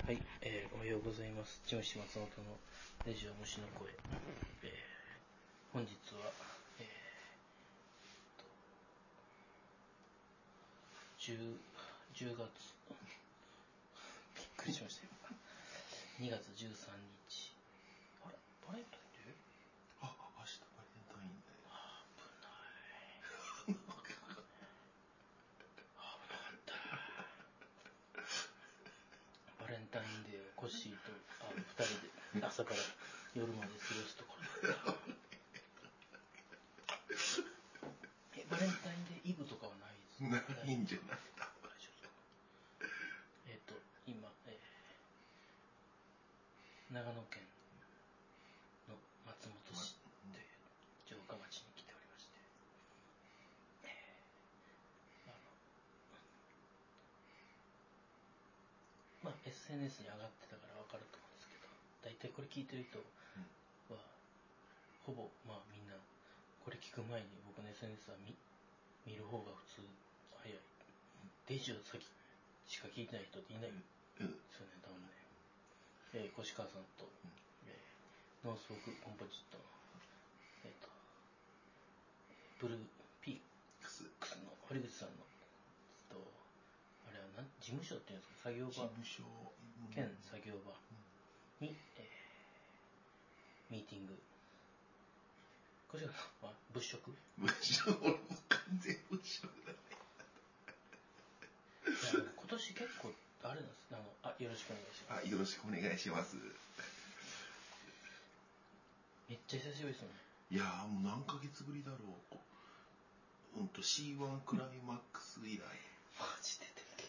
はい、おはようございます。千虫松本のレジオ虫の声。本日は、10月、びっくりしましたよ。2月13日。あれバレンタインデー？ 明日バレンタインデー。 危ない。危なかった。バレンタインデーをコッシーと2人で朝から夜まで過ごすところだった。バレンタインデーイブとかはないですね。 ないんじゃない？ 今、長野県の松本市という城下町に来ておりまして、SNS に上がってたから分かると思うんですけど、大体これ聞いてる人は、ほぼみんなこれ聞く前に僕の SNS は見る方が普通早い。デジを先しか聞いてない人っていないですよね、多分ね。越川さんと、ノースフォークコンポジットの、ブルーピークスの堀口さんの、あれは事務所っていうんですか、作業場、兼作業場に、ミーティング。越川さんは物色？ 俺も完全物色だね。 今年結構あれなんです。よろしくお願いします。 よろしくお願いします。 めっちゃ久しぶりですよね。 いやーもう何ヶ月ぶりだろう。C1 クライマックス以来。 マジで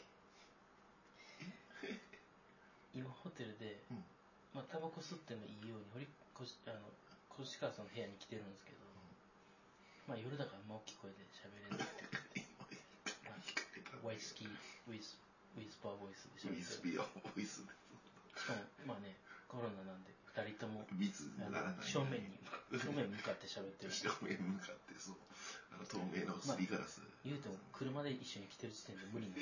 今ホテルで、タバコ吸ってもいいように越川さんの部屋に来てるんですけど、夜だからあんま大きい声で喋れないってワイスキーウィスパーボイスで喋ってる。ウィスピアボイスで。しかもコロナなんで2人とも正面に向かって喋ってる。 正面向かってそう。透明のすりガラス。 言うても車で一緒に来てる時点で無理なんです。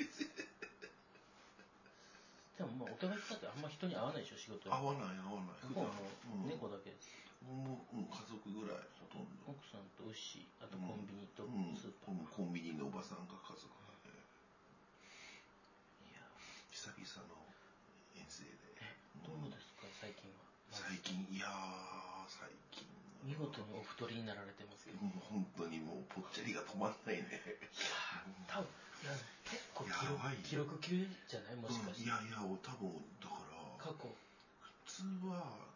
でもお互いだってあんま人に会わないでしょ、仕事。 会わない。 普段猫だけです。 もう家族ぐらいほとんど。 奥さんと牛、あとコンビニとスーパー。 コンビニのおばさんが家族がね。 いや久々の遠征で。 どうですか、最近は。 最近見事にお太りになられてますけど。 本当にもうぽっちゃりが止まんないね。 多分結構記録級じゃない、もしかして。 多分だから過去普通は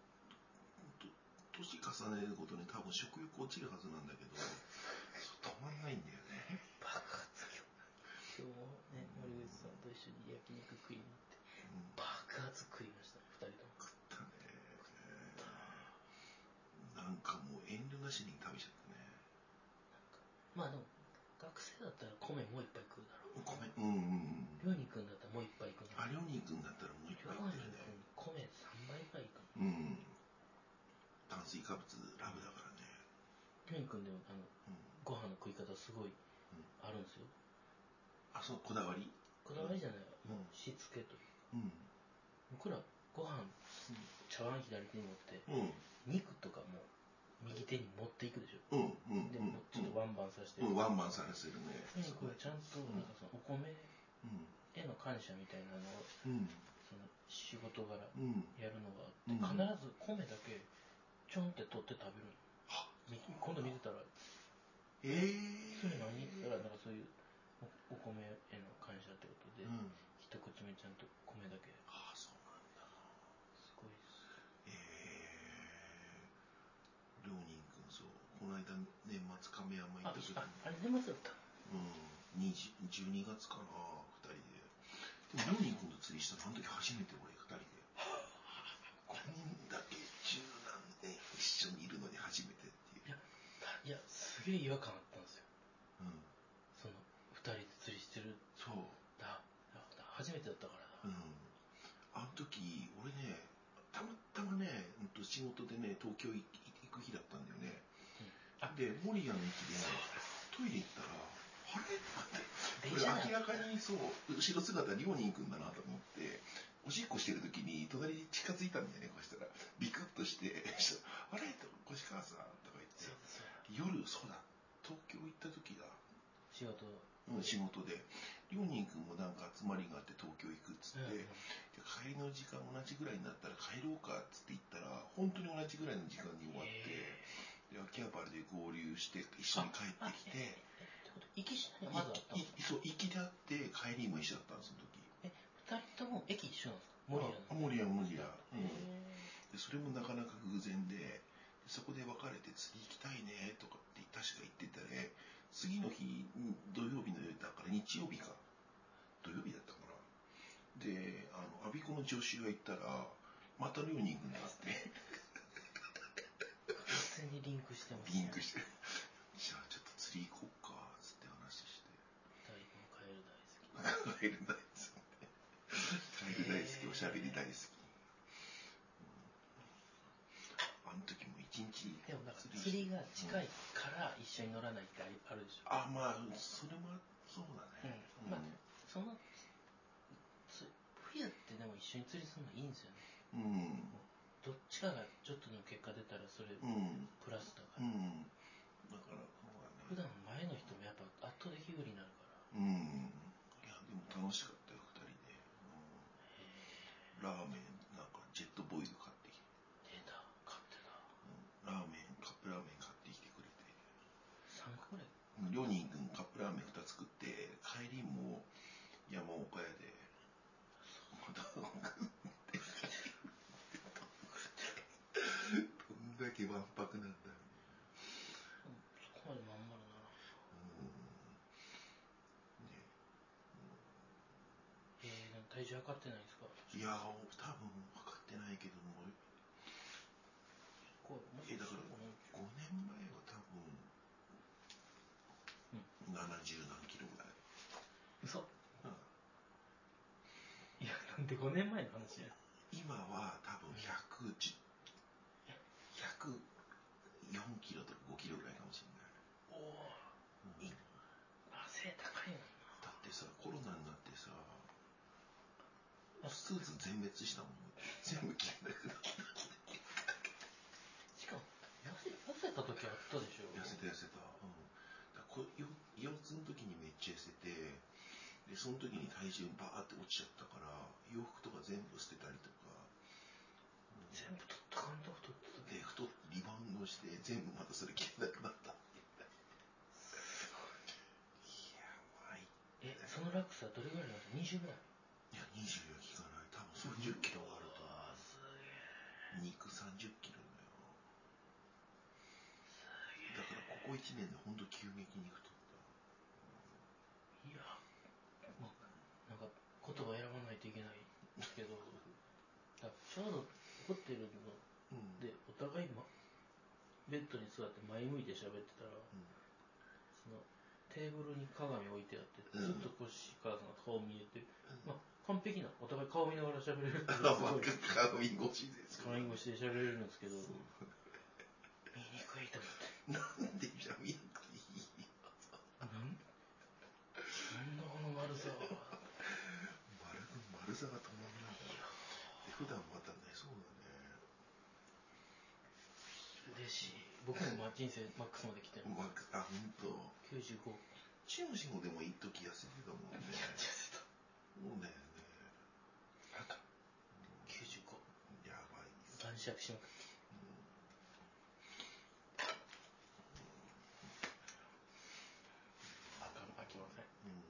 年重ねることに多分食欲落ちるはずなんだけど止まんないんだよね。 爆発今日もね、森口さんと一緒に焼肉食いに行って、爆発食いましたね、2人とも。 食ったね。なんかもう遠慮なしに食べちゃったね。 でも学生だったら米もう一杯食うだろう。 米。 りょうにくんだったらもう一杯行くの。 りょうにくんだったらもう一杯行ってるね。 米3杯ぐらい行くの。 炭水化物ラブだからね。 りょうにくんでもご飯の食い方すごいあるんですよ。 そう、こだわりじゃない、しつけというか。僕らご飯茶碗左手に持って、肉とかも右手に持っていくでしょ。でもちょっとワンバンさせてる。 ワンバンさせるね。 これちゃんとそのお米への感謝みたいなのを、その仕事柄やるのがあって、必ず米だけちょんって取って食べるの。今度見てたら、それ何って言ったらそういうお米への感謝ってことで、一口目ちゃんと米だけ。 そうなんだ。 すごいです。 りょうにんくん、そう、この間年末亀山行った時に。 あれ年末だった。 12月かな、2人で。でもりょうにんくんと釣りしたのあの時初めて俺2人で。こんだけ十何年一緒にいるのに初めてっていう。 いやすげえ違和感あったんですよ。その2人で釣りしてる。 そう。 初めてだったからだ。 あの時俺ね、たまたまね、仕事でね東京行く日だったんだよね。で守谷の駅でトイレ行ったらあれってこれ明らかにそう後ろ姿りょうにんくんだなと思って教しっこしてる時に隣に近づいたんだよね。こうしたらビクッとしてあれと越川さんとか言って、夜そうだ東京行った時だ、 仕事でりょうにんくんもなんか集まりがあって東京行くっつって、帰りの時間同じぐらいになったら帰ろうかっつって言ったら本当に同じぐらいの時間に終わって、で秋葉原で合流して一緒に帰ってきて、 行きしないまずあったんですか？ そう行きであって帰りも一緒だったんです。その時 2人とも駅一緒なんですか？ 守谷、でそれもなかなか偶然で、そこで別れて次行きたいねとかって確か言ってたね。次の日土曜日の夜だから日曜日か土曜日だったかな。で我孫子の女子が行ったらまたりょうにんくんがあって完全にリンクしてますね。 リンクしてじゃあちょっと釣り行こうかつって話して、 2人ともカエル大好き。 カエル大好き、おしゃべり大好き。あの時も一日でもなんか釣りが近いから一緒に乗らないってあるでしょ。 まあそれもそうだね。 まあその冬ってでも一緒に釣りするのいいんですよね。どっちかがちょっとでも結果出たらそれプラスだから。 だから普段前の人もやっぱ圧倒的有利になるから。 いやでも楽しかったよ2人で。ラーメンなんかジェットボイル買ってきて。 買ってた。 ラーメンカップラーメン買ってきてくれて。 3個ぐらい。 りょうにんくんカップラーメン2つ食って帰りも山岡屋でまたどんだけわんぱくなんだよね。 そこまでまん丸なら。体重測ってないんですか？ いや多分測ってないけども、だから5年前は多分70何キロぐらい。 嘘。いやなんで5年前の話や。 今は多分104キロとか5キロぐらいかもしれない。 背高いもんな。 だってさコロナになってさスーツ全滅したもんね。全部着れなくなった。 しかも痩せた時あったでしょ。 痩せた。腰痛の時にめっちゃ痩せて、でその時に体重バーって落ちちゃったから洋服とか全部捨てたりとか、 全部取ったかんだ太ってた。 でリバウンドして全部またそれ着れなくなったって言った。いやその落差どれぐらいなんですか？20ぐらい？ いや20は効かない。多分30キロあると思う。 すげえ。肉30キロだよ。だからここ1年で本当急激に太った。 いやなんか言葉選ばないといけないんですけどちょうどホテルのでお互い、ベッドに座って前向いて喋ってたら、そのテーブルに鏡置いてあってずっと越川さんが顔見えて、完璧なお互い顔見ながら喋れるって鏡越しですよ。 鏡越しで喋れるんですけど見にくいと思って。 なんでじゃ見なくていいよ。 なんだこの丸さは。 丸さが止まらないから。で普段またね、そうだね。 嬉しい。僕も人生マックスまで来てる。 本当。 95。 チムシもでも一時痩せてたもんね。 痩せた。 そうだよね。 95。 やばい。 晩酌しまくって。飽きません。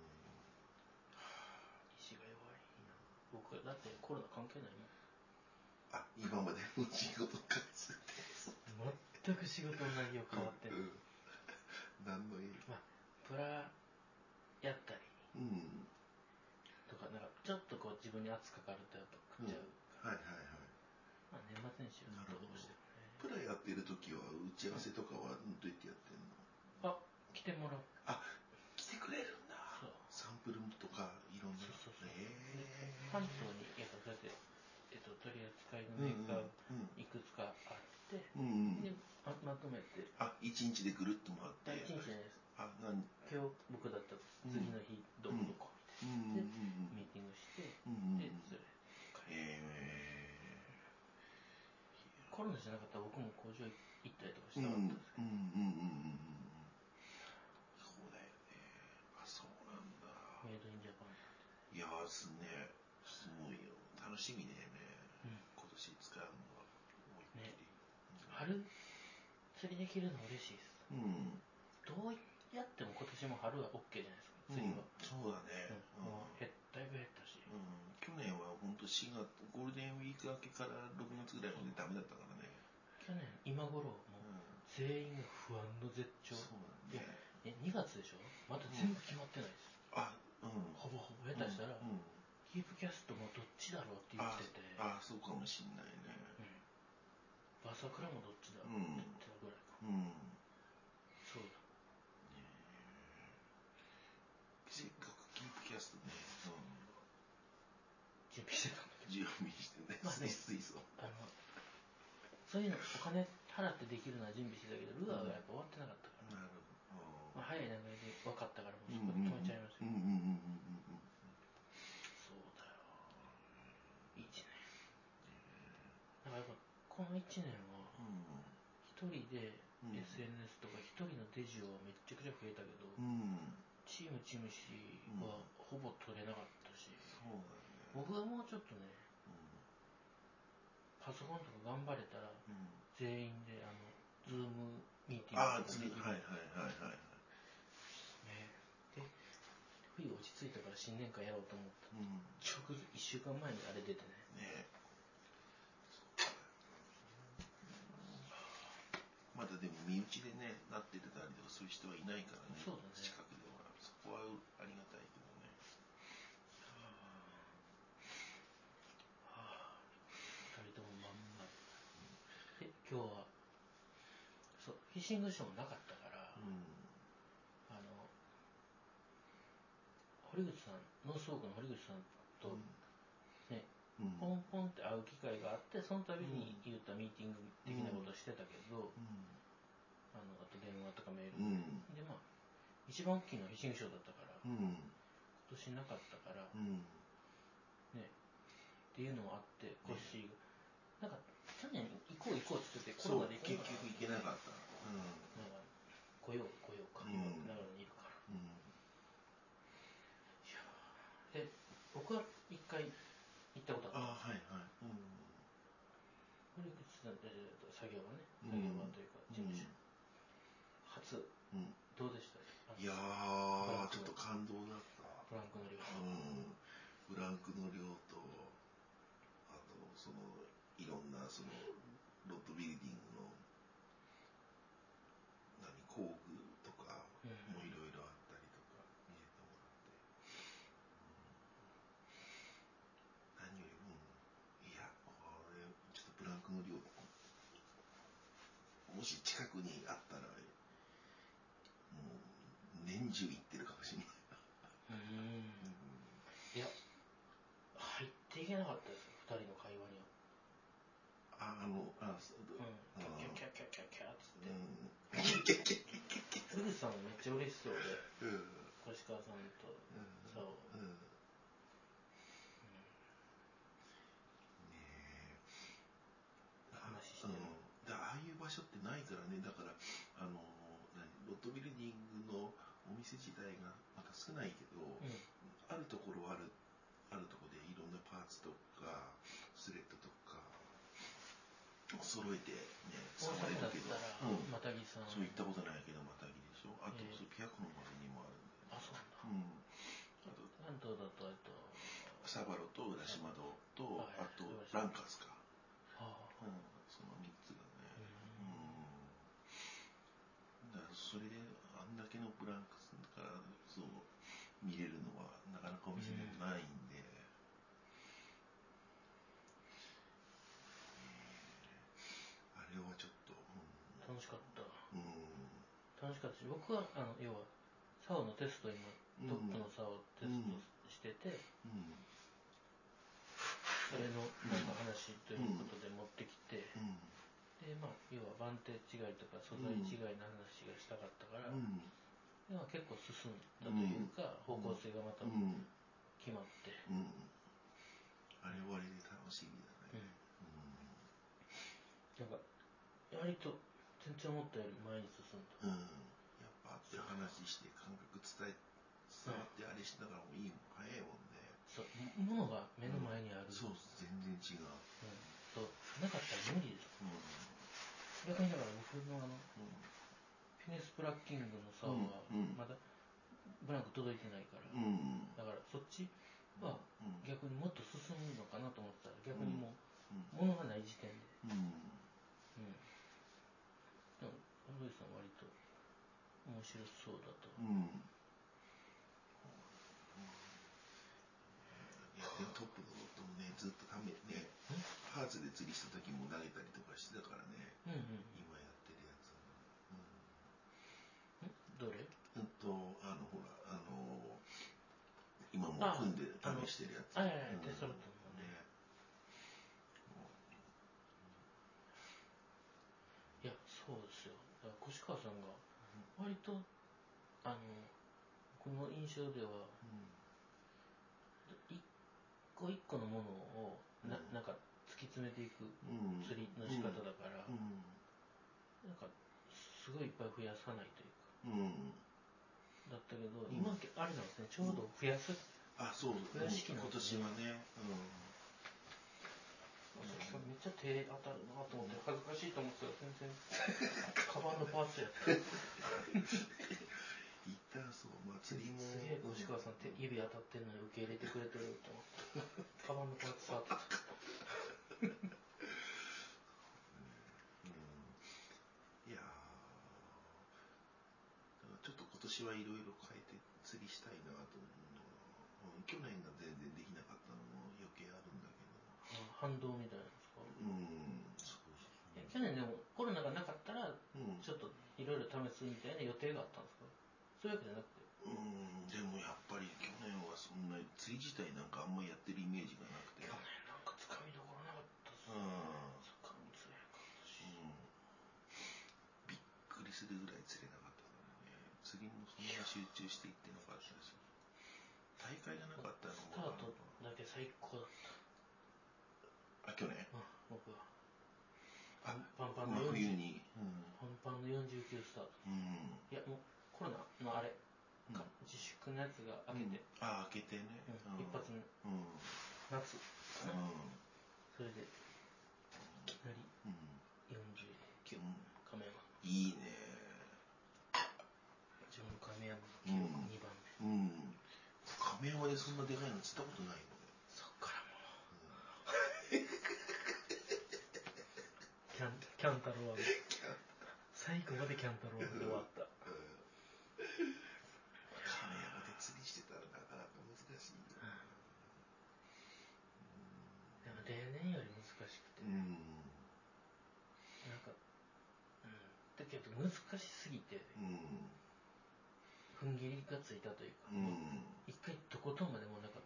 意志が弱い。僕だってコロナ関係ないもん。 今までの仕事かつって全く仕事の内容変わってない。 何の意味？ プラやったりとか、なんかちょっとこう自分に圧かかるとやっぱ食っちゃうから。年末年始はずっとどうしてもね。 プラやってる時は打ち合わせとかはどうやってやってんの？ 来てもらう。 来てくれるんだ。サンプルとかいろんな。 関東にだって取り扱いのメーカーいくつかあって、でまとめて 1日でぐるっと回って。 1日じゃないです。今日僕だったら次の日どこみたいなでミーティングしてでそれ帰る。 のじゃなかったら僕も工場行ったりとかしたかったんですけど。 そうだよね。あ、そうなんだ。 メイドインジャパン。 いやーすごいよ。楽しみだよね。今年使うのは思いっきり。 春釣りできるの嬉しいです。どうやっても今年も春は OK じゃないですか、釣りは。 そうだね。 もうだいぶ減ったし。 去年は本当4月、ゴールデンウィーク明けから6月ぐらいまでダメだったからね。 去年、今頃、もう全員が不安の絶頂。 そうだね。 2月でしょ、まだ全部決まってないです。ほぼほぼ下手したら、キープキャストもどっちだろうって言ってて。 そうかもしんないね。 バサクラもどっちだろうって言ってたぐらいか。そうだ。 せっかくキープキャストね、 準備してたんだけど。 準備してね。まあね、 そういうのお金払ってできるのは準備してたけど、ルアーがやっぱ終わってなかったから。なるほど。まあ、早い段階で分かったから、もうそこで止めちゃいましたけど。そうだよ。1年。だからやっぱ、この1年は、一人で SNS とか一人のデジオはめっちゃくちゃ増えたけど、チームシはほぼ取れなかったし、僕はもうちょっとね、パソコンとか頑張れたら、全員でズームミーティングとかできる。で、冬落ち着いたから新年会やろうと思った。1週間前にあれ出てね。 まだでも身内でね、なってたりとかそういう人はいないからね。 そうだね。 近くでは。そこはありがたいけどね。 2人ともまんま。今日は、そう、フィッシングショーもなかったから、堀口さん、ノースウォークの堀口さんと、ね、ポンポンって会う機会があって、その度に言ったミーティング的なことをしてたけど、あと電話とかメールで、まあ、一番大きいのはフィッシングショーだったから、今年なかったから、ね、っていうのもあって、コッシーが、なんか、去年行こうって言ってて、コロナで結局行けなかった。 なんか、来ようか、今って長野にいるから。で、僕は一回行ったことあったんですよ。堀口さん、作業場ね、作業場というか、事務所。初、どうでした？ いやー、ちょっと感動だった。 ブランクの量。 ブランクの量と、あと、いろんな、ロッドビルディングの、工具とかもいろいろあったりとか、見せてもらって。何よりも、いや、これ、ちょっとブランクの量、もし近くにあったら、もう、年中行ってるかもしれない。 いや、入っていけなかったですよ、2人の会話には。キャッキャッつって。堀口さんもめっちゃ嬉しそうで、越川さんとさお。話してる。 ああいう場所ってないからね、だから、ロッドビルディングのお店自体がまた少ないけど、あるところでいろんなパーツとか、スレッドとか、揃えてね、 触れるけど、またぎさん。 そういったことないけど、またぎでしょ。あと、ピアコの周りにもあるんだよね。 あ、そうなんだ。関東だと、 サバロと浦島戸と、あと、ランカーズか。その3つがね。だからそれで、あんだけのブランクスから、見れるのは、なかなかお店でもないんで、あれはちょっと、 楽しかった。楽しかったし、僕は、要は、竿のテスト、今、トップの竿をテストしてて、それのなんか話ということで持ってきて、で、まあ、要は番手違いとか素材違いの話がしたかったから、結構進んだというか、方向性がまた決まって。 あれはあれで楽しみだね。 なんか割と全然思ったより前に進んだ。 やっぱって話して感覚伝わってあれしながらもいいもん早いもんね。 そう、物が目の前にある。 そう全然違う。 となかったら無理です。逆にだから僕のフィネスプラッキングの差はまだブランク届いてないから、だからそっちは逆にもっと進むのかなと思ってたら逆にもう物がない時点で。でもロイさん割と面白そうだと。 いやでもトップのロットもねずっとためねハーツで釣りした時も投げたりとかしてたからね。今やってるやつ。 どれ？ ほら今もう組んで試してるやつ。 テスロットのね。いやそうですよ。だから越川さんが割と僕の印象では一個一個のものをなんか突き詰めていく釣りの仕方だから、なんかすごいいっぱい増やさないというか、だったけど今あれなんですね、ちょうど増やす。 そう増やし期なんですね。 今年はね。 めっちゃ手当たるなと思って恥ずかしいと思ってたら全然カバンのパーツやった。 一旦そう釣りもすげえ越川さんって指当たってんのに受け入れてくれてると思ってカバンのパーツ触ってた。 いやちょっと今年はいろいろ変えて釣りしたいなと思うのは、去年が全然できなかったのも余計あるんだけど。 反動みたいなんですか？ そう去年でもコロナがなかったらちょっといろいろ試すみたいな予定があったんですか？そういうわけじゃなくて。 でもやっぱり去年はそんな釣り自体なんかあんまりやってるイメージがなくて。 去年なんかつかみどころなかったっすね。つかみ釣れなかったし。 びっくりするぐらい釣れなかったからね。釣りもそんな集中していってなかったし。大会がなかったのも。 スタートだけ最高だった。 去年？ 僕は。パンパンの冬に。 パンパンの49スタート。いやもうコロナのあれ。自粛のやつが明けて。 明けてね。 一発目。夏かな。それでいきなり49亀山。 いいね。 自分の亀山の記録2番目。 亀山でそんなでかいの釣ったことないのね。 そっからもう。キャンタローで最後までキャンタローで終わった。 亀山で釣りしてたらなかなか難しいよ。 でも例年より難しくて。なんか、だけど難しすぎて、踏ん切りがついたというか、一回とことんまでもなんか、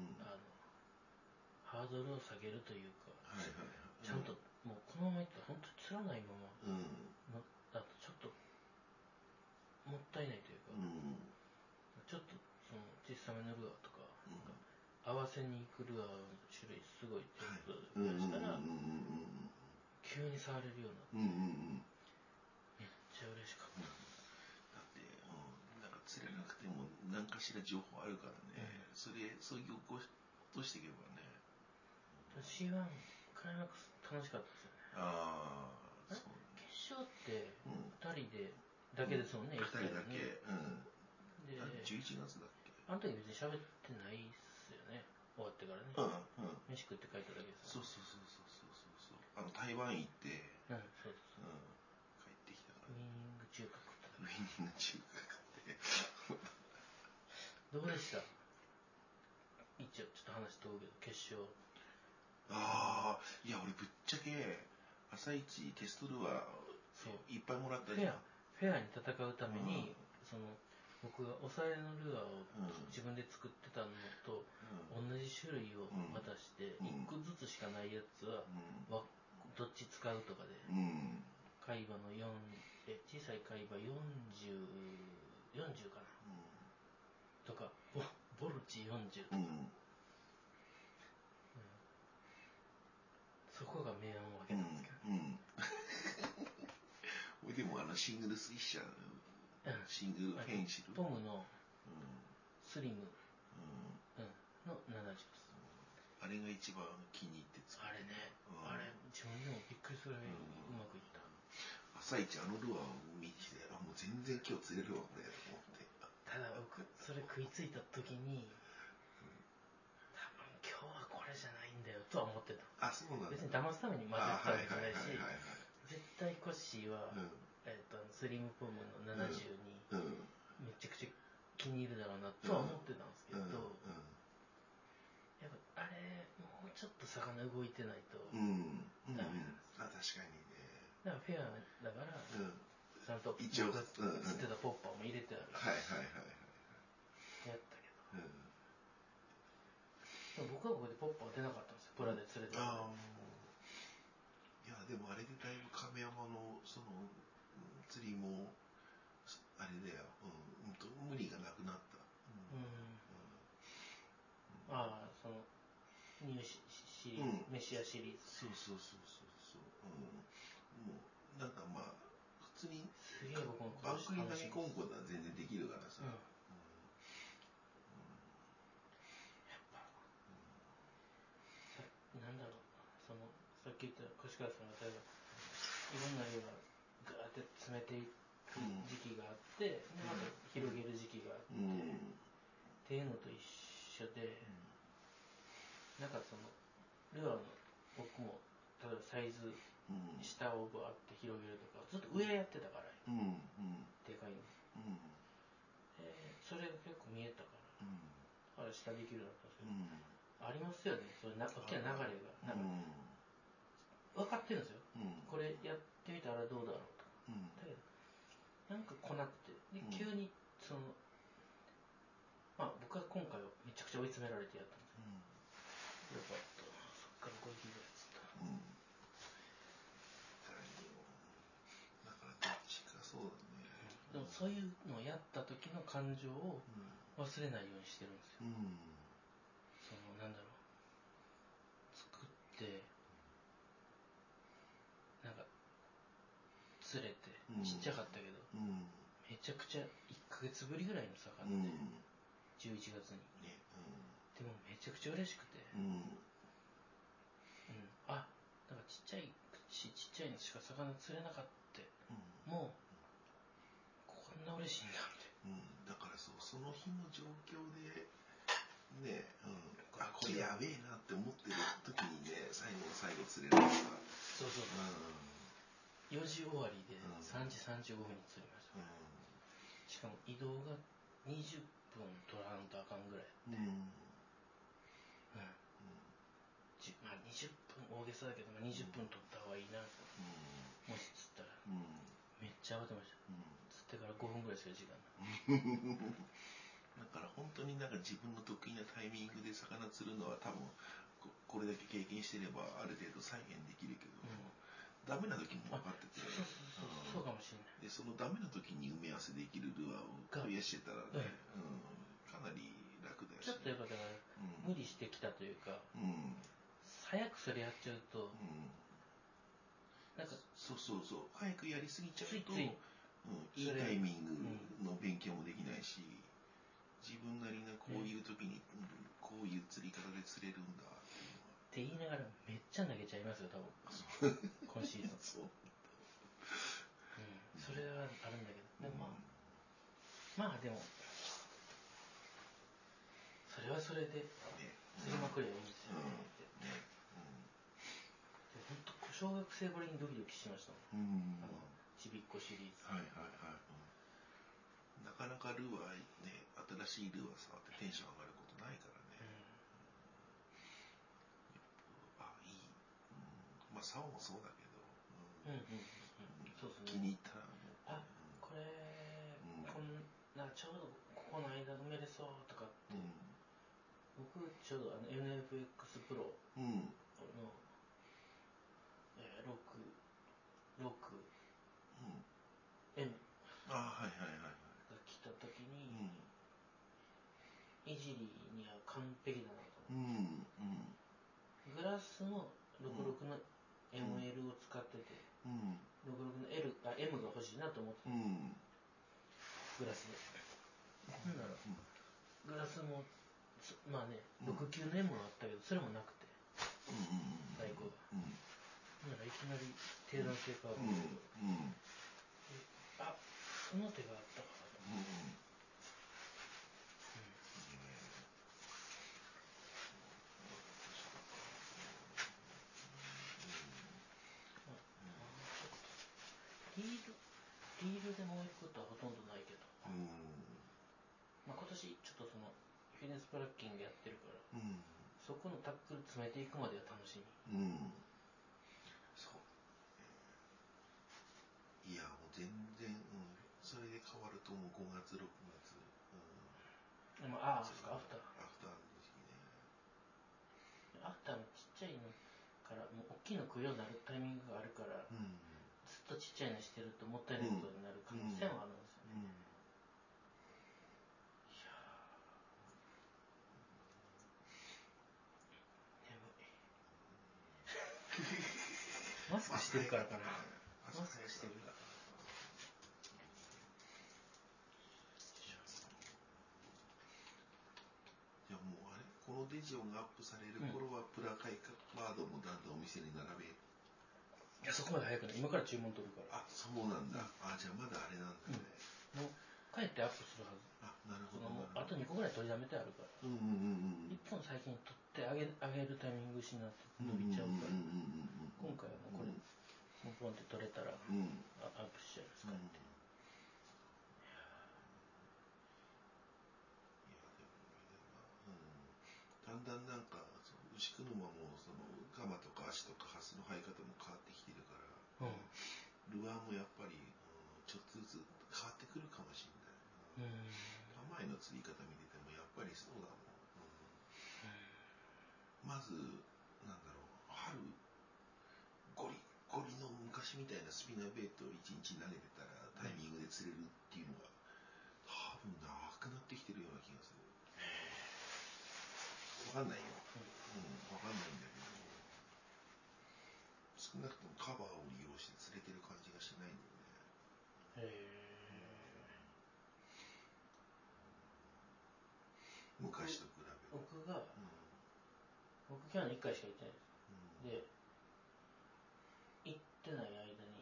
ハードルを下げるというか、ちゃんともうこのままいったら本当に釣らないままだとちょっともったいないというか、ちょっとその小さめのルアーとか、合わせに行くルアーの種類すごいテストで増やしたら、急に触れるようになって、めっちゃ嬉しかった。 だって、なんか釣れなくても何かしら情報あるからね、そういう落としていけばね。 C1開幕楽しかったですよね。決勝って2人でだけですもんね。 2人だけ。 で、 11月だっけ？ あの時別に喋ってないっすよね。終わってからね。飯食って帰っただけです。 そう。台湾行って、 そうです。 帰ってきたから。 ウィニング中華食った。 ウィニング中華食って。 どうでした？一応ちょっと話飛ぶけど、決勝。 いや俺ぶっちゃけ朝一テストルアーいっぱいもらったじゃん。 フェアに戦うために、その僕が抑えのルアーを自分で作ってたのと同じ種類を渡して1個ずつしかないやつはどっち使うとかで海馬の小さい海馬40かなとかボルチ40とか、そこが明暗を分けたんですけど、 でもシングルスイッシャー、シングルペンシル。 ポムのスリム、の70です。 あれが一番気に入ってあれね、あれ自分でもびっくりするぐらいうまくいった。 朝一ルアーを見てもう全然今日釣れるわこれと思って。 ただ僕それ食いついた時に、多分今日はこれじゃないんだよとは思ってた。 そうなんだ。 別に騙すために混ぜたわけじゃないし、絶対コッシーは、スリムポムの70にめちゃくちゃ気に入るだろうなとは思ってたんですけど、やっぱあれもうちょっと魚動いてないとダメなんです。 確かにね。 だからフェアだから、ちゃんと一応釣ってたポッパーも入れてあるし、やったけど、でも僕はここでポッパー出なかったんですよ、プラで釣れてた。 いやでもあれでだいぶ亀山のその釣りもあれだよ、無理がなくなった。 そのニューシリーズ、メシアシリーズ。 そう。もうなんか普通にバックに投げ込むことは全然できるからさ。やっぱなんだろう、そのさっき言った越川さんが例えばいろんな量がガーって詰めていく時期があって、また広げる時期があって、っていうのと一緒で、なんかそのルアーの僕も例えばサイズ下をバーって広げるとかずっと上やってたから、でかいの、それが結構見えたから、下できるようになったんですけど、ありますよね、そういう大きな流れが分かってるんですよ、これやってみたらどうだろうとか、だけどなんかこなくて、で急にその僕は今回はめちゃくちゃ追い詰められてやったんですよ、よかった、そっから5匹ぐらい釣った。 だからどっちかそうだね。 でもそういうのをやった時の感情を忘れないようにしてるんですよ。そのなんだろう、作ってなんか釣れてちっちゃかったけど、めちゃくちゃ1ヶ月ぶりぐらいの魚で、11月に、でもめちゃくちゃ嬉しくて、なんかちっちゃいのしか魚釣れなかった、もうこんな嬉しいんだみたいな、 だからその日の状況でね、これやべえなって思ってる時にね、最後釣れるからさ。 そう、4時終わりで3時35分に釣りました、しかも移動が20分取らんとあかんぐらいやって、20分大げさだけど、20分取った方がいいなと、もし釣ったら、めっちゃ慌てました、釣ってから5分ぐらいしか時間ないだから本当になんか自分の得意なタイミングで魚釣るのは多分これだけ経験してればある程度再現できるけど、ダメな時も分かってて、 そうかもしれない。 でそのダメな時に埋め合わせできるルアーを増やしてたらね、かなり楽だし、 ちょっとやっぱだから無理してきたというか、早くそれやっちゃうと、なんかそう早くやりすぎちゃうといいタイミングの勉強もできないし、自分なりなこういう時にこういう釣り方で釣れるんだって言いながらめっちゃ投げちゃいますよ多分今シーズンそれはあるんだけど、でもでもそれはそれで釣りまくりはいいんですよね、本当小学生ぶりにドキドキしましたもん、ちびっこシリーズ、 なかなかルアーね、新しいルアー触ってテンション上がることないからね、いい、竿もそうだけど、気に入ったらもう、 これ、ちょうどここの間埋めれそうとかって、僕ちょうどNFX プロの、6M が来た時に、イジリーには完璧だなと思って、グラスの66の ML を使ってて、 66の M が欲しいなと思ってた、グラスで。なんだろう、グラスもまあね、69の M はあったけど、それもなくて、在庫が。だからいきなり低弾性カードを、あ、その手があったかと思って。リールでもう一個ことはほとんどないけど、まあ、今年ちょっとそのフィネスプラッキングやってるから、そこのタックル詰めていくまでは楽しみ。 そう。いやもう全然、それで変わるともう5月6月。 でもそっか、アフターの時期ね。 アフターのちっちゃいのからもう大きいの食うようになるタイミングがあるから、ずっとちっちゃいのしてるともったいないことになる可能性もあるんですよね。いやー、眠い。マスクしてるからかな。マスクしてるから。 いやもうこのデジオンがアップされる頃はプラカイカードもだんだんお店に並べ。 いやそこまで早くない。今から注文取るから。 あ、そうなんだ。じゃあまだあれなんだね。 もう帰ってアップするはず。 なるほど。 あと2個ぐらい取りだめてあるから。いつも最近取ってあげるタイミングしなって伸びちゃうから。今回はもうこれ、もうポンって取れたら、アップしちゃいますからって。 だんだんなんか牛車もそのガマとか足とかハスの生え方も変わってきてるから、ルアーもやっぱり、ちょっとずつ変わってくるかもしれない。前の釣り方見ててもやっぱりそうだもん。まずなんだろう、春ゴリゴリの昔みたいなスピナーベイトを1日投げてたらタイミングで釣れるっていうのが多分なくなってきてるような気がする。わかんないよ。わかんないんだけど、少なくともカバーを利用して釣れてる感じがしないんだよね。昔と比べる。 僕去年1回しか行ってないです。で、行ってない間に、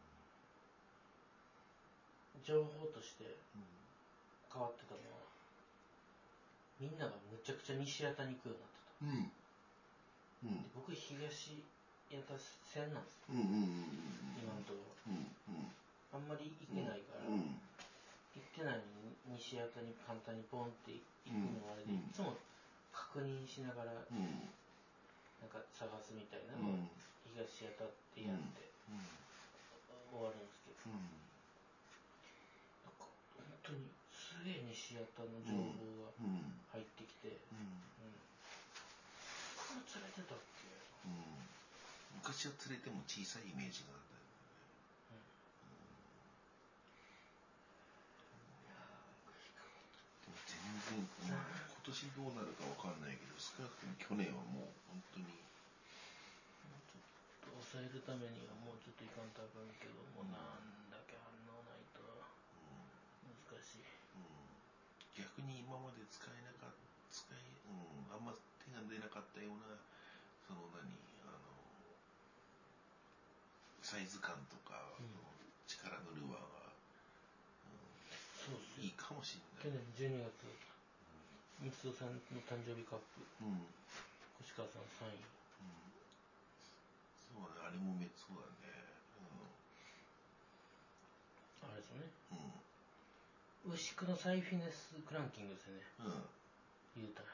情報として変わってたのは、みんながむちゃくちゃ西谷に行くようになってた。僕東谷線なんですよ。今のところ。あんまり行けないから、行ってないのに西谷に簡単にポンって行くのあれで、いつも確認しながら、なんか探すみたいなのを東谷ってやって終わるんですけど、なんか本当にすげえ西谷の情報が入ってきて、こんな釣れてたっけ？ 昔は釣れても小さいイメージがあったよね。でも全然、今年どうなるかわかんないけど、少なくとも去年はもう本当に。 ちょっと抑えるためにはもうちょっといかんとあかんけど、もうなんだけ反応ないと難しい。 逆に今まであんま手が出なかったような、サイズ感とか、力のルアーが、いいかもしれない。 去年12月、三尾さんの誕生日カップ、越川さん3位。 そうね、あれもそうだね。 あれですよね。牛久のサイフィネスクランキングですよね。言うたら。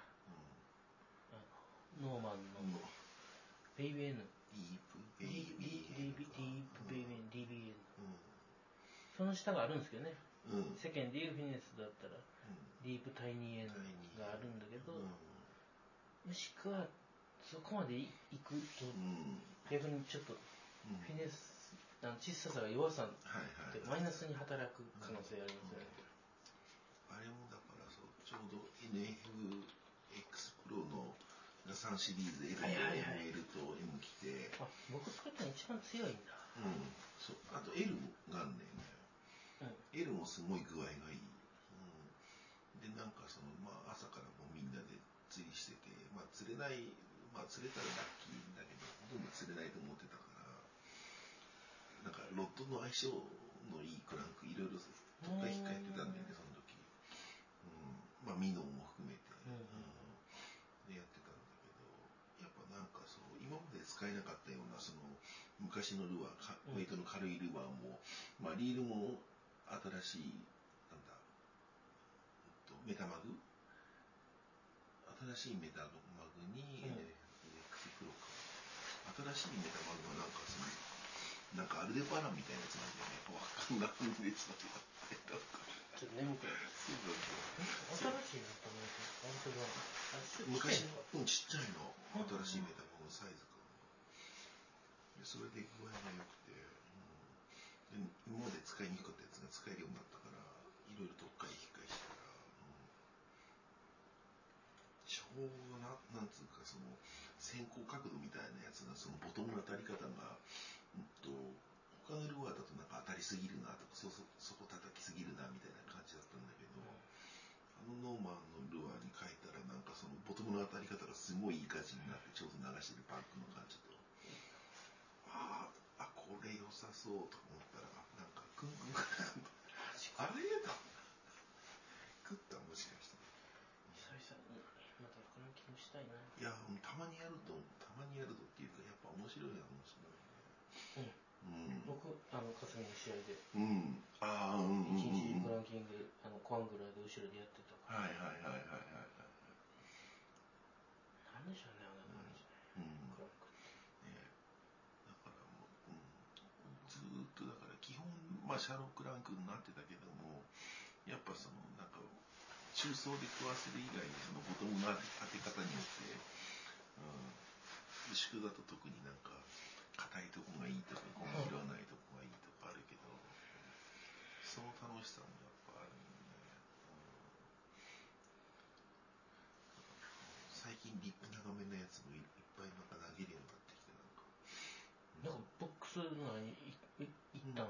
ノーマンのベイビー N。ディープベイビー N、DBN。その下があるんですけどね。世間でいうフィネスだったら、ディープタイニー N があるんだけど、牛久はそこまで行くと、逆にちょっとフィネス、小ささが弱さってマイナスに働く可能性ありますよね。 あれもだからちょうど NFX プロの3シリーズ L と M 来て、 僕使ったの一番強いんだ。 そう、あと L があんねんね。L もすごい具合がいい。で、なんか朝からもうみんなで釣りしてて、釣れない、釣れたらラッキーだけど、ほとんど釣れないと思ってたから、なんかロッドの相性のいいクランクいろいろ特化引っかえてたんだよね、その時。ミノも含めて、でやってたんだけど、やっぱなんか今まで使えなかったような昔のルアー、ウェイトの軽いルアーも、リールも新しい、なんだ、メタマグ、新しいメタマグに、XC プロか。新しいメタマグはなんかアルデバランみたいなやつなんだよね。わかんないやつだけど。 ちょっと眠くなる。新しいメタマグ、アルデバラン。 昔の、ちっちゃいの、新しいメタマグのサイズかな。それで具合が良くて、今まで使いにくかったやつが使えるようになったから、いろいろ特化引っかえしたら、ちょうどなんつうか先行角度みたいなやつがボトムの当たり方が、他のルアーだとなんか当たりすぎるなとかそこ叩きすぎるなみたいな感じだったんだけど、ノーマンのルアーに変えたらなんかボトムの当たり方がすごいいい感じになって、ちょうど流してるバックの感じと、これ良さそうと思ったらなんかクンクンクンあれだ食ったもしかして久々にまたクランキングしたいな。 いやたまにやるとっていうかやっぱ面白いね。 僕霞の試合で 1日クランキングコアングラーで後ろでやってたから。なんでしょうね、あんな感じね。クランクってだからもう、ずーっとだから基本シャロークランクになってたけども、やっぱなんか中層で食わせる以外にボトムの当て方によって、薄くだと特になんか硬いとこがいいとかゴム拾わないとこがいいとかあるけど、その楽しさもやっぱあるんでね。最近リップ長めのやつもいっぱいまた投げるようになってきて、 なんかボックスのに一旦、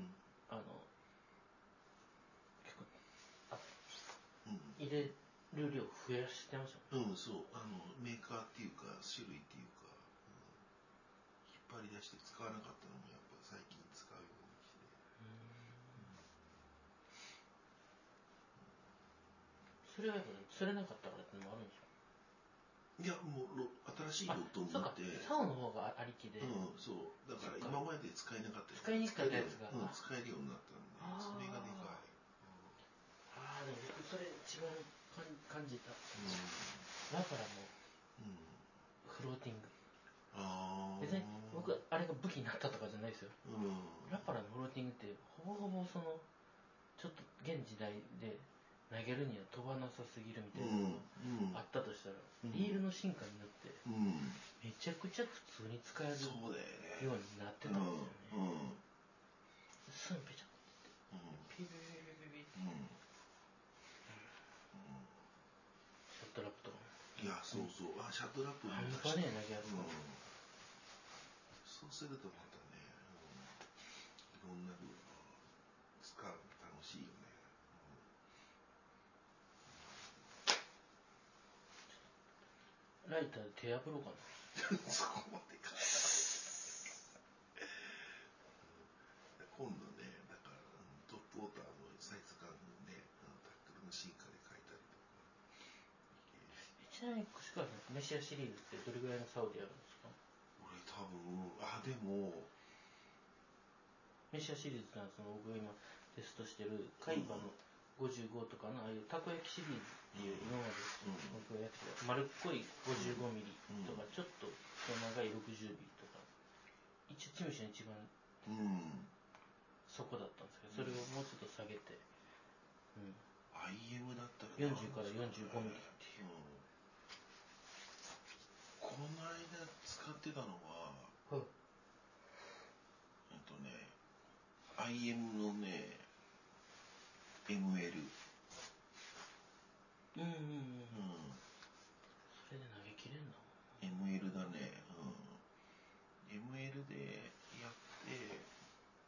結構入れる量増やしてましたね。 そうメーカーっていうか種類っていうか、引っ張り出して使わなかったのもやっぱ最近使うようにして。 それはやっぱ釣れなかったからってのもあるんですか？ いやもう新しいロットになって、 竿の方がありきで、 そうだから今まで使えなかった使いにくかったやつが使えるようになったんで、それがでかい。 でも僕それ一番感じた。ラパラもフローティング。別に僕あれが武器になったとかじゃないですよ。ラパラのフローティングってほぼほぼちょっと現時代で投げるには飛ばなさすぎるみたいなのがあったとしたら、リールの進化によってめちゃくちゃ普通に使えるようになってたんですよね。すぐペチャってピピピピピピシャットラップとかも。 いやそうシャットラップも半端ねえ投げやすかった。 そうするとまたね、いろんなルアー使うの楽しいよね。 ライターで手破ろうかな。 そこまでか。今度ね、だからトップウォーターのサイズ感のね、タックルの進化で書いたりとか。 ちなみに串川さん、メシアシリーズってどれぐらいの竿でやるんですか？ 俺多分でもメシアシリーズってのは僕が今テストしてる海馬の55とかのああいうたこ焼きシリーズっていう今まで僕がやってきた丸っこい55ミリとかちょっと長い60ミリとか一応チムシの一番そこだったんですけど、それをもうちょっと下げて、 IM だったら 40から45ミリっていう、 この間使ってたのはIM のね ML それで投げ切れんの ML だね。ML でやって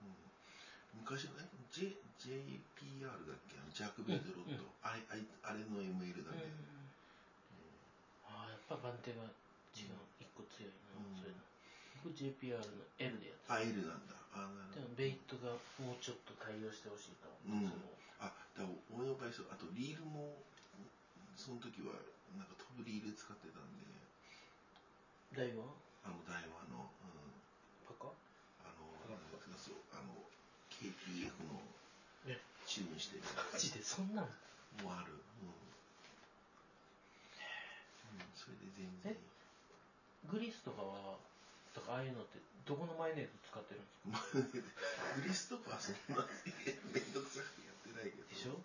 昔のね、JPR だっけ、ジャークベイドロット、あれの ML だね。 ああ、やっぱ番手が違う、一個強いな、それの。僕 JPR の L でやってた。L なんだ。 でもベイトがもうちょっと対応してほしいと思う。 だから俺の場合そう、あとリールも、その時はなんか飛ぶリール使ってたんで。 台湾の、 パカそう、KTF のチューンしてる。 マジでそんなのもある。それで全然。 グリスとかああいうのってどこのマヨネーズ使ってるんですか？ グリスとかはそんなめんどくさくてやってないけど。 でしょ？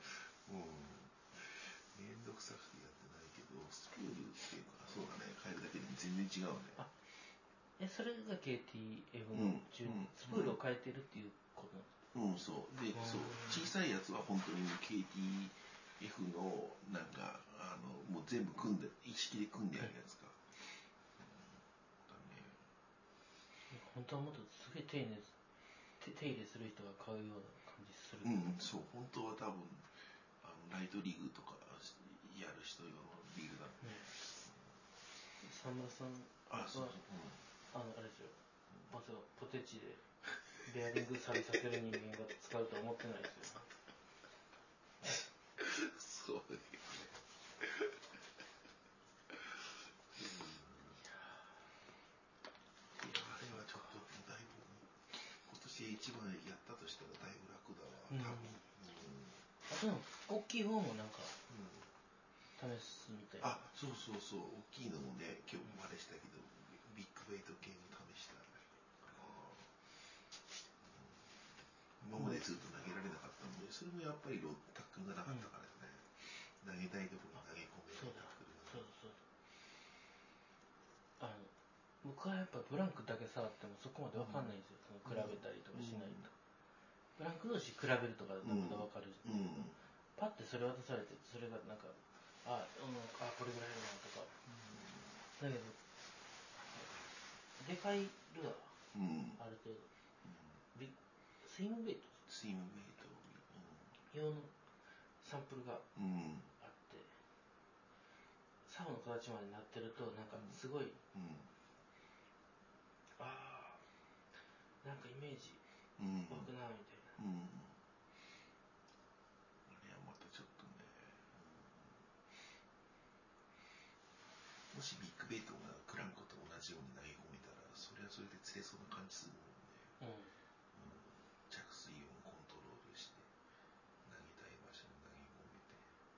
めんどくさくてやってないけど、スプールっていうか、そうだね、変えるだけでも全然違うね。 それが KTF のスプールを変えてるっていうことなんですか？ そう。で、小さいやつは本当にもう KTF の、なんか、もう全部一式で組んであるやつか。 本当はもっとすげえ手入れする人が買うような感じする。 そう、本当は多分、ライトリグとかやる人用のリールだね。 沢村さんは、あれですよ、まさかポテチでベアリング錆びさせる人間が使うとは思ってないですよ。 そうだね。一番やったとしたらだいぶ楽だわ、多分。 あと大きい方もなんか、試すみたいな。 そう、大きいのもね、今日までしたけど、ビッグベイト系も試した。今までずっと投げられなかったので、それもやっぱりタックがなかったからね、投げたいところに投げ込める。 そう。僕はやっぱブランクだけ触ってもそこまでわかんないんですよ。比べたりとかしないと。ブランク同士比べるとかだったらまだわかるじゃないですか。パッてそれ渡されて、それがなんか、これぐらいだなとか。だけど、でかいルアー、ある程度。スイムベイト用のサンプルがあって、竿の形までなってると、なんかすごい、なんかイメージ湧くなみたいな。 あれはまたちょっとね、もしビッグベイトがクランコと同じように投げ込めたら、それはそれで釣れそうな感じするもんね。着水音コントロールして投げたい場所に投げ込めて。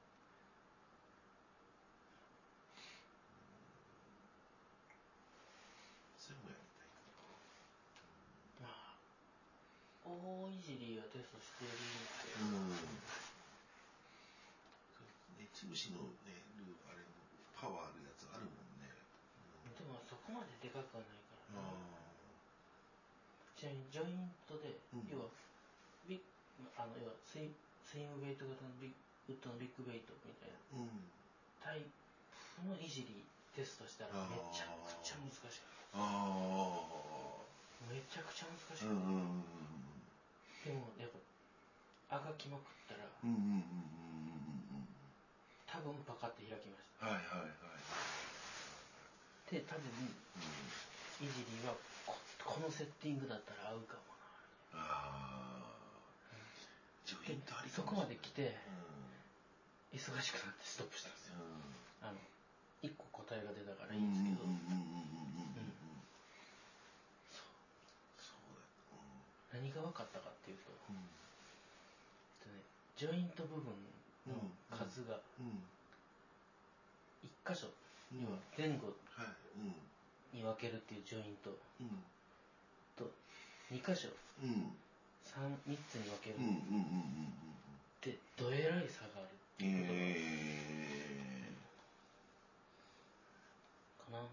それもやりたいかな。 大いじりはテストしてるんですけど、チブシのね、あれのパワーあるやつあるもんね。 でもそこまででかくはないからな。ちなみにジョイントで、要はスイムベイト型のウッドのビッグベイトみたいな、タイプのいじりテストしたらめちゃくちゃ難しかった。めちゃくちゃ難しかった。でもやっぱあがきまくったら、多分パカって開きました。で、多分いじりはこのセッティングだったら合うかもな。そこまで来て、忙しくなってストップしたんですよ。1個答えが出たからいいんですけど。何が分かったかっていうと、ジョイント部分の数が1箇所、要は前後に分けるっていうジョイントと2箇所、3つに分けるってどえらい差があるっていうことかな。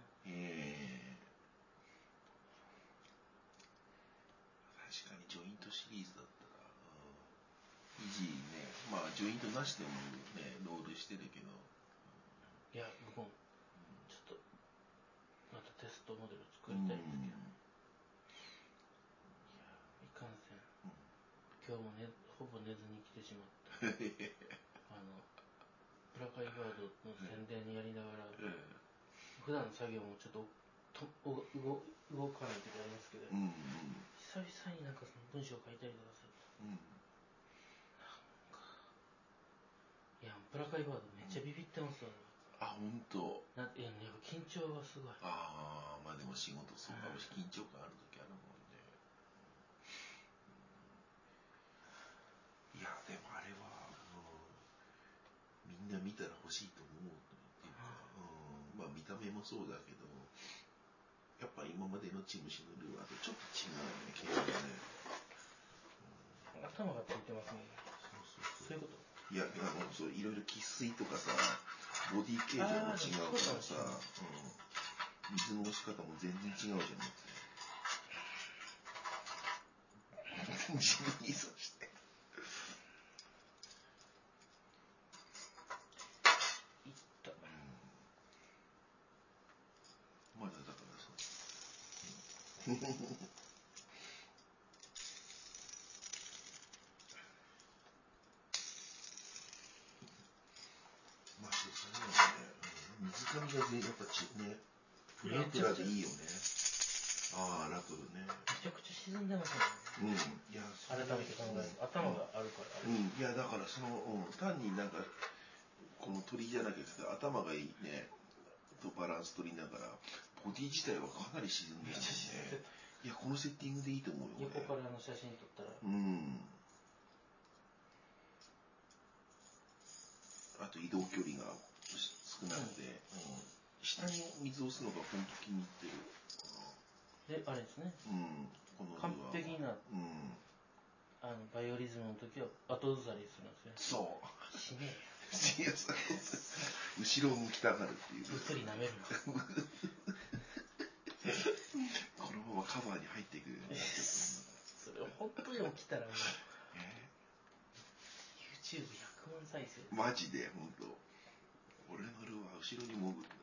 確かにジョイントシリーズだったら、イジーね、まあジョイントなしでもね、ロールしてるけど。 いや、僕もちょっとまたテストモデル作りたいんですけど、いかんせん、今日もほぼ寝ずに来てしまったブラカイバードの宣伝やりながら、普段の作業もちょっと動かない時ありますけど、久々になんかその文章を書いたりとかすると、いやブラカイバードめっちゃビビってますわ、 あ、本当。 やっぱ緊張はすごい。 ああ、まあでも仕事そうかもし、緊張感ある時あるもんね。いや、でもあれは、みんな見たら欲しいと思うっていうか、まあ見た目もそうだけど、やっぱ今までのチームシのルーはちょっと違うよね、経緯がね。 頭がついてますもんね。そういうこと。 いや、そういろいろ喫水とかさ、ボディ形状も違うからさ、水の押し方も全然違うじゃん。自分にそうして。 いった。 まだだからさ。まあ、そうだね。水上がやっぱね、フラフラでいいよね。ああ、ラトルね。 めちゃくちゃ沈んでますもんね。いや、 改めて考えると、頭があるから。 いや、だから単になんか、この鳥じゃなきゃ頭がいいね、とバランス取りながら、ボディ自体はかなり沈んでるんで、いや、このセッティングでいいと思うよ。 横からの写真撮ったら。 あと移動距離が少なくて、下に水を吸うのが本当気に入ってる。で、あれですね。 この完璧な、バイオリズムの時は後ずさりするんですよね。そう。しねえよ。 後ろを向きたがるっていう。 物理なめるな。 このままカバーに入っていくようになっちゃった。 それ本当に起きたらもう、YouTube100 万再生。 マジで、本当。俺のルーは後ろに潜る。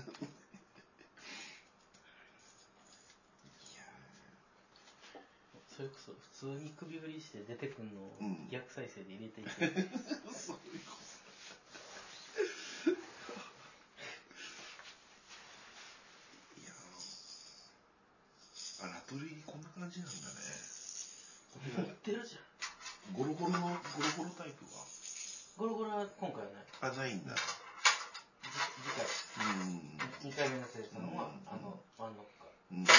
それこそ普通に首振りして出てくるのを逆再生で入れていく。 そういうこと。いやラトル入りこんな感じなんだね。 持ってるじゃん。 ゴロゴロタイプはゴロゴロは今回はない。 あ、ないんだ。 次回。2回目の生産は、ワンノッカー。いい。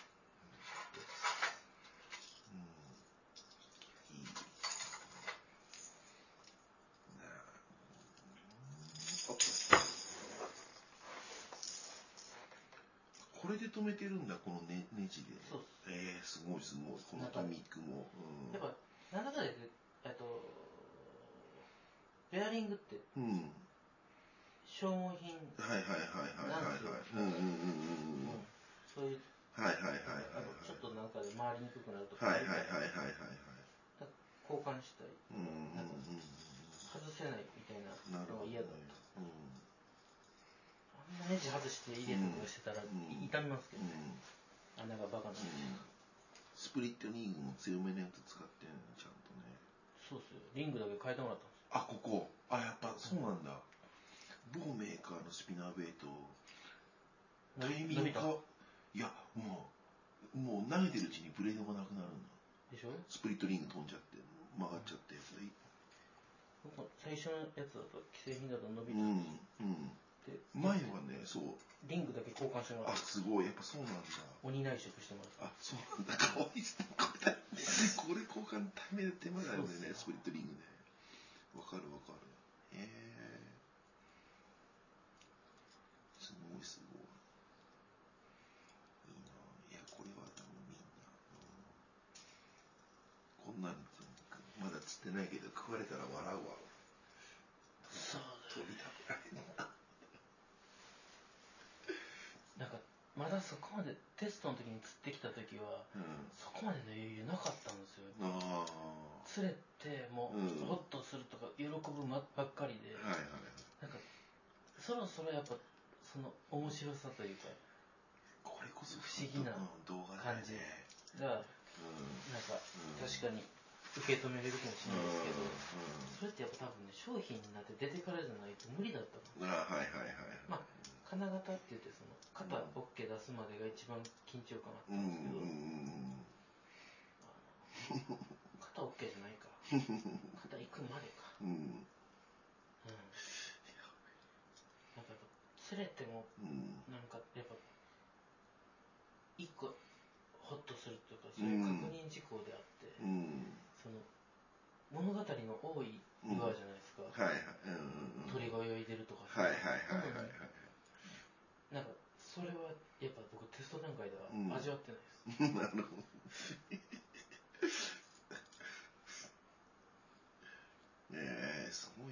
これで止めてるんだ、このネジで。 そうすごいすごい。このトミックも。 やっぱ、なんだかで、ベアリングって、消耗品なんですよ。そういう、ちょっとなんかで回りにくくなるとか、交換したい。外せないみたいなのが嫌だった。あんなネジ外して入れとかしてたら痛みますけどね。穴がバカなんで。 スプリットリングも強めのやつ使ってんのちゃんとね。 そうっすよ。リングだけ変えてもらったんですよ。 あ、ここ。あ、やっぱそうなんだ。某メーカーのスピナーベイト、タイミングか、いや、もう投げてるうちにブレードがなくなるんだ。 でしょ？ スプリットリング飛んじゃって、曲がっちゃってやつがいい。 最初のやつだと、既製品だと伸びたんですよ。 前はね、そう。 リングだけ交換してもらった。 あ、すごい。やっぱそうなんだ。 鬼内職してもらった。 あ、そうなんだ。かわいいですね。これ交換手間だよね、スプリットリングね。わかる。すごい。いいな。いや、これは多分みんな。こんなのまだ釣ってないけど、食われたら笑うわ。 そうだ。 鳥食べられるな。 なんか、まだそこまでテストの時に釣ってきた時は、そこまでの余裕なかったんですよ。釣れて、もう、ホッとするとか、喜ぶばっかりで、なんか、そろそろやっぱ、その面白さというか、 これこそ不思議な感じが、なんか、確かに受け止めれるかもしれないですけど、それってやっぱ多分ね、商品になって出てからじゃないと無理だったの。 はいはいはい。 まあ、金型って言って、その、型 OK 出すまでが一番緊張感あったんですけど、型 OK じゃないか。型行くまでか。なんかやっぱ、釣れても、なんかやっぱ、一個、ホッとするというか、そういう確認事項であって、その、物語の多いルアーじゃないですか。鳥が泳いでるとか。なんか、それは、やっぱ僕テスト段階では味わってないです。なるほど。 すごいね。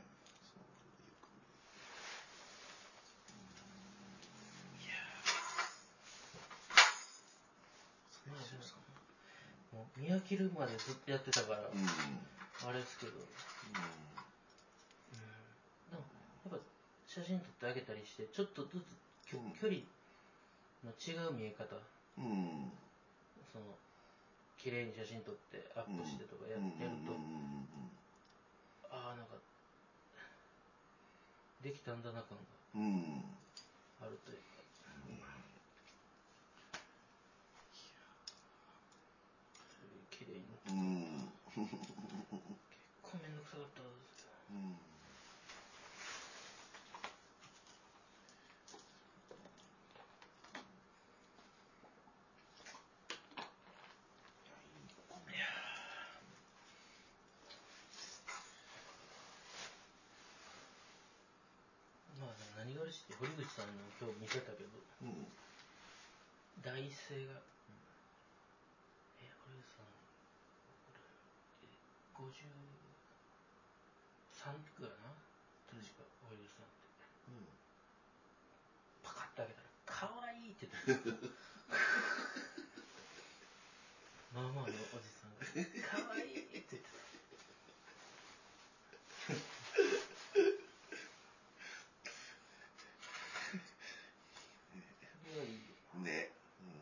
もう見飽きるまでずっとやってたから、あれですけど、でもやっぱ写真撮ってあげたりして、ちょっとずつ距離の違う見え方、その綺麗に写真撮ってアップしてとかやると、ああなんかできたんだな感があるというか。綺麗に結構めんどくさかったですよ。まあ何が嬉しいって堀口さんの今日見せたけど、第一声が、堀口さん53くらいな、確か堀口さんって、パカッて開けたら可愛いって言ってた。まあまあのおじさんが可愛いって言ってた。それはいいよね。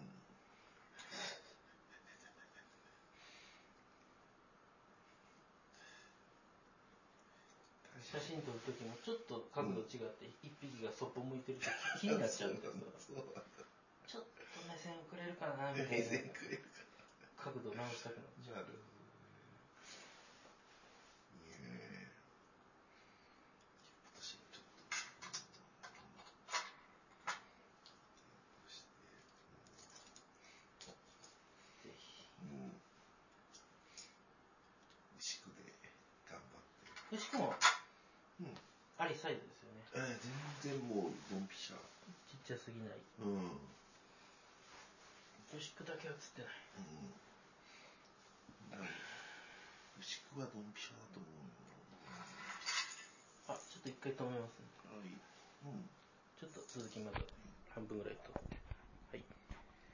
写真撮るときもちょっと角度違って一匹がそっぽ向いてると気になっちゃうんですよ。ちょっと目線くれるかなみたいな角度直したくなっちゃう。しかも、ありサイズですよね。 全然もうドンピシャ。 ちっちゃすぎない。牛久だけは釣ってない。 牛久はドンピシャだと思うよ。 よ。 ちょっと一回止めますね。ちょっと続きまだ半分ぐらいと。はい。